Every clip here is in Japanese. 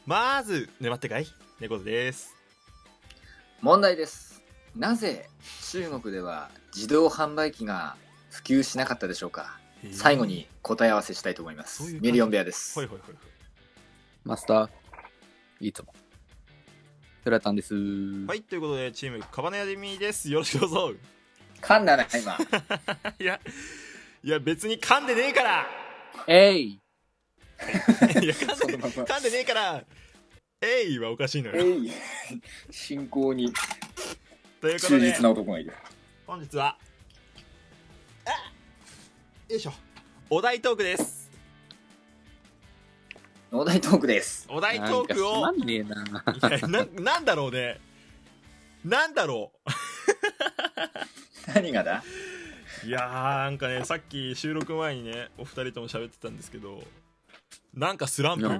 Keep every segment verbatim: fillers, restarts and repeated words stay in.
まず粘ってかい猫背です。 問題です。なぜ中国では自動販売機が普及しなかったでしょうか。最後に答え合わせしたいと思います。ミリオンベアです。 はいはいはいはい。 マスターいつもフラタンです。 はい、ということでチームカバネアデミです。よろしくどうぞ。 噛んだな今いやいや別に噛んでねえからえいいや噛んで噛んでねえからえいはおかしいのよ。 えい進行にということで忠実な男がいる。 本日はあよいしょお題トークです。 お題トークです。 お題トークをなんかつまんねえないや な, なんだろうねなんだろう何がだ。 いやーなんかねさっき収録前にねお二人とも喋ってたんですけどなんかスランプ、 うん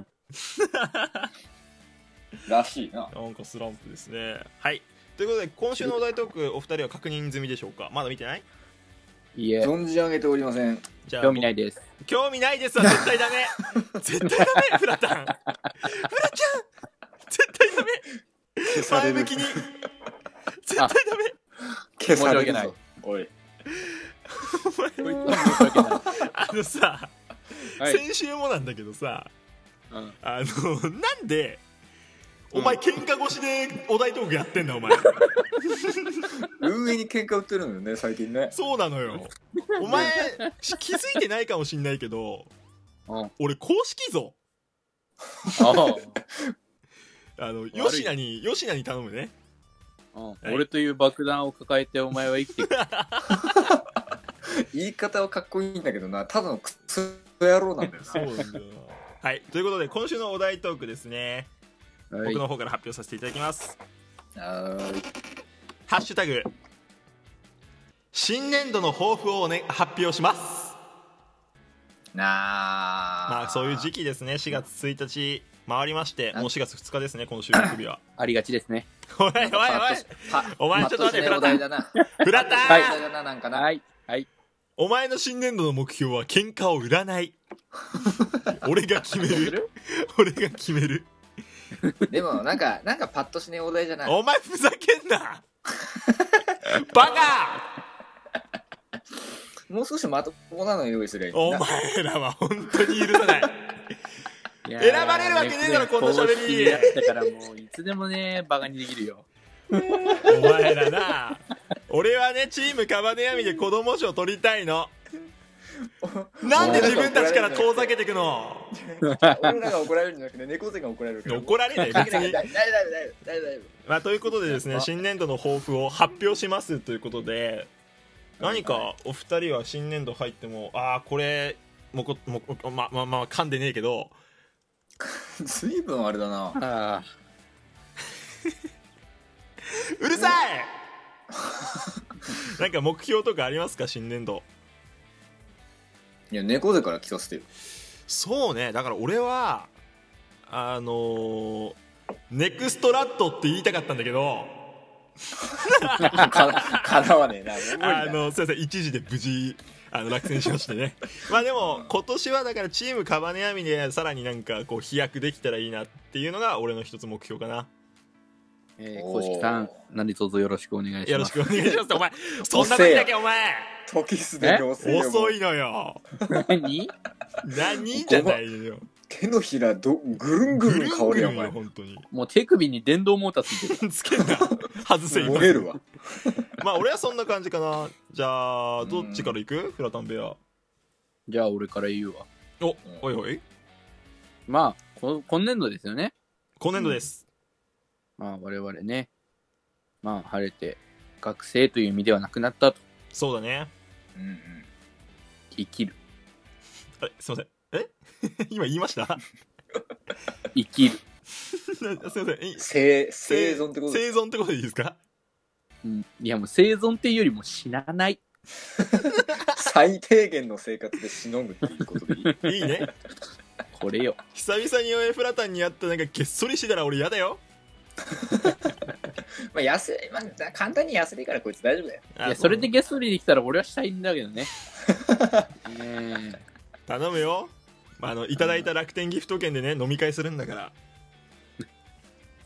らしいな。 なんかスランプですね。はいということで今週のお題トークお二人は確認済みでしょうか。まだ見てない？ いえ存じ上げておりません。 じゃあ興味ないです。 興味ないですは絶対ダメ絶対ダメフラタンフラちゃん絶対ダメ消される前向きに絶対ダメ消されるぞ。 申し訳ない。 おいお前申し訳ない。 あのさ、 はい先週もなんだけどさうんあのなんでお前喧嘩越しでお題トークやってんだお前運営に喧嘩売ってるのよね最近ね。 そうなのよお前気づいてないかもしんないけどうん俺公式ぞああのい吉名に吉名に頼むね。 あ、うんはい俺という爆弾を抱えてお前は生きていく。 言い方はかっこいいんだけどな、ただのクソ野郎なんだよな。 そうなんだよなはいということで今週のお題トークですね、 はい僕の方から発表させていただきます。 はーい。 ハッシュタグ新年度の抱負を、ね、発表します。 なあ。 まあそういう時期ですね。しがつついたち回りましてもうしがつふつかですねこの収録日はありがちですね。 おいおいおいお前ちょっと待ってフラタンだな。 フラタン、 はいお題だななんかな。 はいはいお前の新年度の目標は喧嘩を売らない俺が決める俺が決める。 でもなんかなんかパッとしねえお題じゃない。 お前ふざけんなバカもう少しまともなの用意すればいいおんだ。 前らは本当に許さないいやー選ばれるわけねえだろこんな喋り公式でやったからもういつでもねバカにできるよ。 お前らな俺はねチームカバネヤミで子供賞取りたいの。なんで自分たちから遠ざけてくの。 俺らが怒られるんじゃなくて猫背が怒られるから。 怒られない別に大丈夫大丈夫大丈夫大丈まあということでですね新年度の抱負を発表しますということで何かお二人は新年度入ってもああこれもこもこまままあ噛んでねえけど夫。随分あれだな。 あうるさいなんか目標とかありますか新年度。 いや猫背から聞かせてよ。 そうねだから俺はあのー、ネクストラットって言いたかったんだけどかかなわねえな。 あのすいません一時で無事あの落選しましてねまあでも今年はだからチームカバネアミでさらになんかこう飛躍できたらいいなっていうのが俺の一つ目標かな。 えー、公式さん何卒よろしくお願いします。 よろしくお願いしますお前そんな時だけお前時すでに遅いよ。 遅いのよ何何じゃないのよ手のひらどぐるんぐるん変わるよお前。 本当にもう手首に電動モーターついてる。 つけんな外せ今漏れるわ。 まあ俺はそんな感じかな。じゃあどっちから行くフラタンベア。 じゃあ俺から言うわ。 おおいおいまあこ今年度ですよね。 今年度です、 まあ我々ねまあ晴れて学生という意味ではなくなったと。 そうだね。 うんうん。 生きるあれすいませんえ今言いました生きる、 すいませんえ生生存ってことで生存ってことでいいですか。 うん、いやもう生存っていうよりも死なない。 最低限の生活でしのぐっていうことでいい。 いいねこれよ。 久々にフラタンに会ったなんかげっそりしてたら俺嫌だよ。 まあ安い、まあ、簡単に安いからこいつ大丈夫だよ。 いやそれでゲストリーできたら俺はしたいんだけどね。ね頼むよ、まあ、あのいただいた楽天ギフト券でね飲み会するんだから。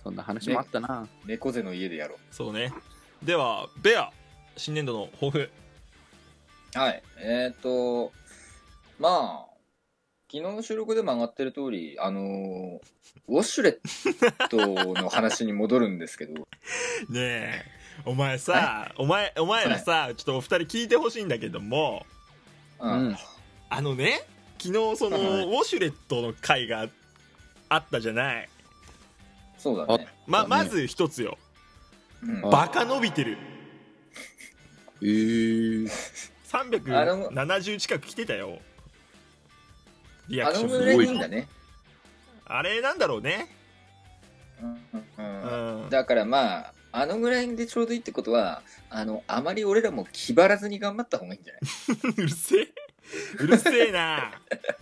そんな話もあったな。 猫背の家でやろそうね。ではベア新年度の抱負。 う。はいえっ、ー、とまあ昨日の収録でも上がってる通りあのー、ウォシュレットの話に戻るんですけどねえお前さお前お前らさ、はい、ちょっとお二人聞いてほしいんだけども、 うん、 あのね昨日その、はい、ウォシュレットの回があったじゃない。 そうだね。 ままず一つよ、 うん、 バカ伸びてる。 えー、 さんびゃくななじゅう近く来てたよリアクション。 あのぐらいいいんだね。 あれなんだろうね、 うんうんうん、だからまああのぐらいでちょうどいいってことはあのあまり俺らも気張らずに頑張った方がいいんじゃないうるせえうるせえな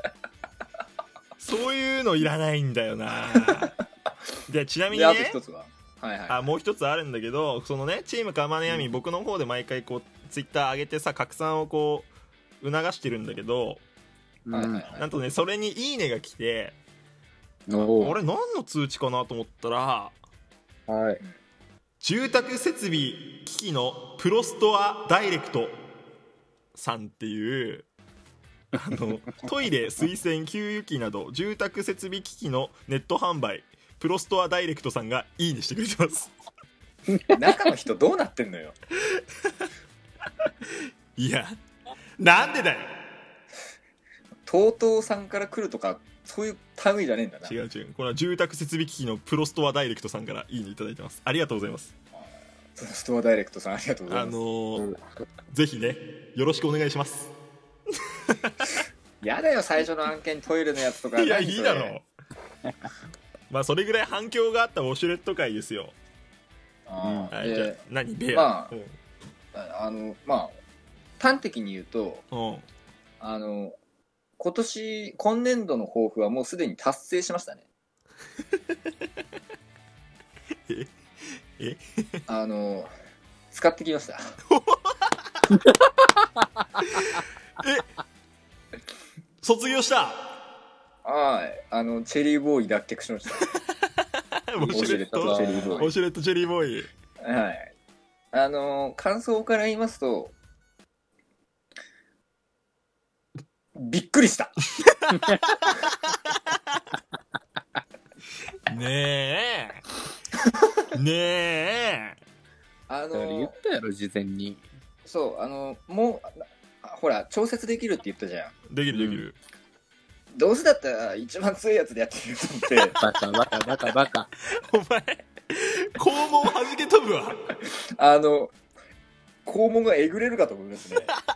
そういうのいらないんだよな。でちなみにね、 あと一つは、はいはい、 あもう一つあるんだけど、そのねチームカマネヤミ、うん、僕の方で毎回こうツイッター上げてさ拡散をこう促してるんだけど、 うん、 なんとねそれにいいねが来て、あれ何の通知かなと思ったら、 はい、 住宅設備機器のプロストアダイレクトさんっていうあのトイレ水洗給油機など住宅設備機器のネット販売プロストアダイレクトさんがいいねしてくれてます中の人どうなってんのよいやなんでだよ、 トートー さんから来るとかそういう類じゃねえんだな。 違う違う、これは住宅設備機器のプロストアダイレクトさんからいいねいただいてます。ありがとうございます。 プロストアダイレクトさんありがとうございます。 あのー、ぜひねよろしくお願いしますやだよ最初の案件トイレのやつとか。 いやいいだろまあそれぐらい反響があったウォシュレット界ですよ。 あ、 はい、じゃあ何ベア、 まあ、うん、あのまあ端的に言うと、 うん、 あの今年今年度の抱負はもうすでに達成しましたねええあの使ってきましたえ卒業した。 はいあのチェリーボーイ脱却しましたウォシュレットチェリーボーイウォシュレットチェリーボーイ。 はいあの感想から言いますとびっくりしたねえねえあの言ったやろ事前に。 そうあのもうほら調節できるって言ったじゃん。 できるできる、 うん、どうせだったら一番強いやつでやってみようと思ってバカバカバカバカお前肛門弾け飛ぶわあの肛門がえぐれるかと思いますね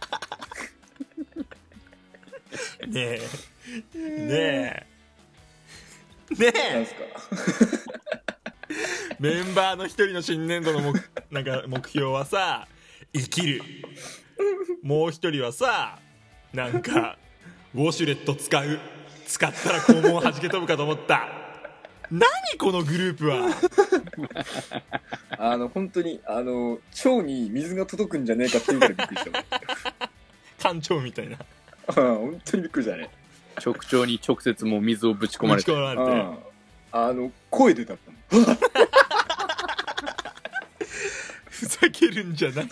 ねえねえねえなんすかメンバーの一人の新年度の目なんか目標はさ生きる、もう一人はさなんかウォシュレット使う使ったら肛門弾け飛ぶかと思った。何このグループはあの本当にあの腸に水が届くんじゃねえかっていうぐらいびっくりした艦長みたいな本当にびっくりしたね。 直腸に直接もう水をぶち込まれて、 ぶち込まれて、 あの声出たもんふざけるんじゃないよ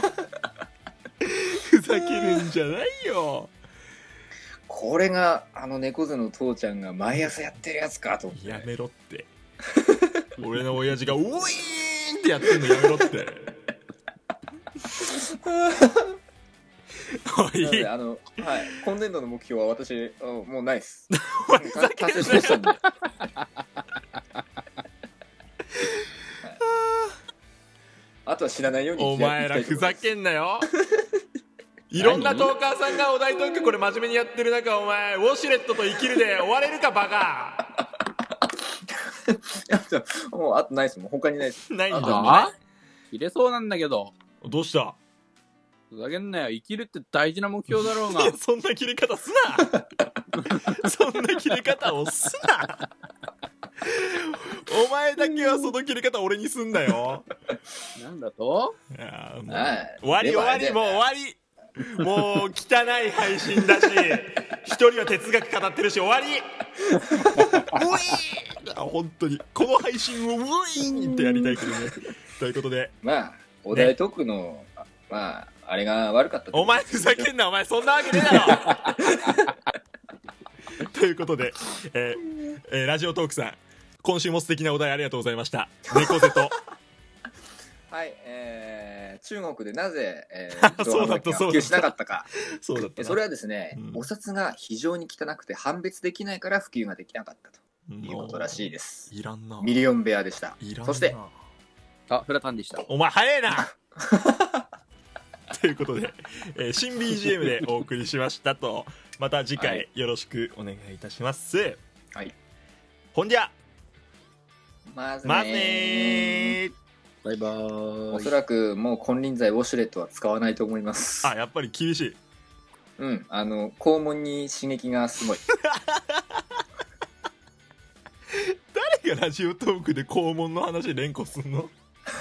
ふざけるんじゃないよ。 これがあの猫背の父ちゃんが毎朝やってるやつかと思って。 やめろって俺の親父がウィーンってやってんのやめろっておいなのであの、はい、今年度の目標は私もうないっすお前ふざけんな達成しましたんであとは知らないようにお前らふざけんなよいろんなトーカーさんがお題トークこれ真面目にやってる中お前ウォシュレットと生きるで終われるかバカもうあとないっすもん他にないっす。 ないんだあ切れそうなんだけど。 どうした。 ふざけんなよ。生きるって大事な目標だろうがそんな切れ方すなそんな切れ方をすなお前だけはその切れ方俺にすんなよなんだと。 いやもう終わり終わりもう終わりもう汚い配信だし一人は哲学語ってるし終わりおい本当にこの配信をウィーンってやりたいけどねということで、 まあお題トークの、ね、まああれが悪かった。 お前ふざけんな、お前そんなわけねえだろということで、えーえー、ラジオトークさん今週も素敵なお題ありがとうございました。猫背とはい、えー、中国でなぜ、えー、 そうだった普及しなかったか。 そうだったそれはですね、 うん、 お札が非常に汚くて判別できないから普及ができなかったということらしいです。 いらんな。 ミリオンベアでした。 いらんな。 そしてあ、フラタンでした。 お前早えなということで、えー、新 ビージーエム でお送りしましたと。また次回よろしくお願いいたします。 はい。 ほんじゃまずねー。 まずねー。 バイバーイ。 おそらくもう金輪際ウォシュレットは使わないと思います。 あ、やっぱり厳しい。 うん、あの肛門に刺激がすごい。 誰がラジオトークで肛門の話連呼すんの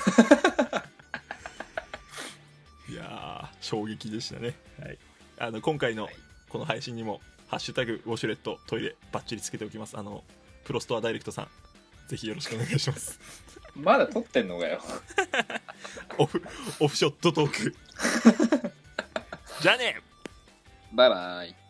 いやー衝撃でしたね。はい、あの今回のこの配信にもハッシュタグウォシュレットトイレバッチリつけておきます。あのプロストアダイレクトさんぜひよろしくお願いしますまだ撮ってんのかよオフオフショットトークじゃあねバイバイ。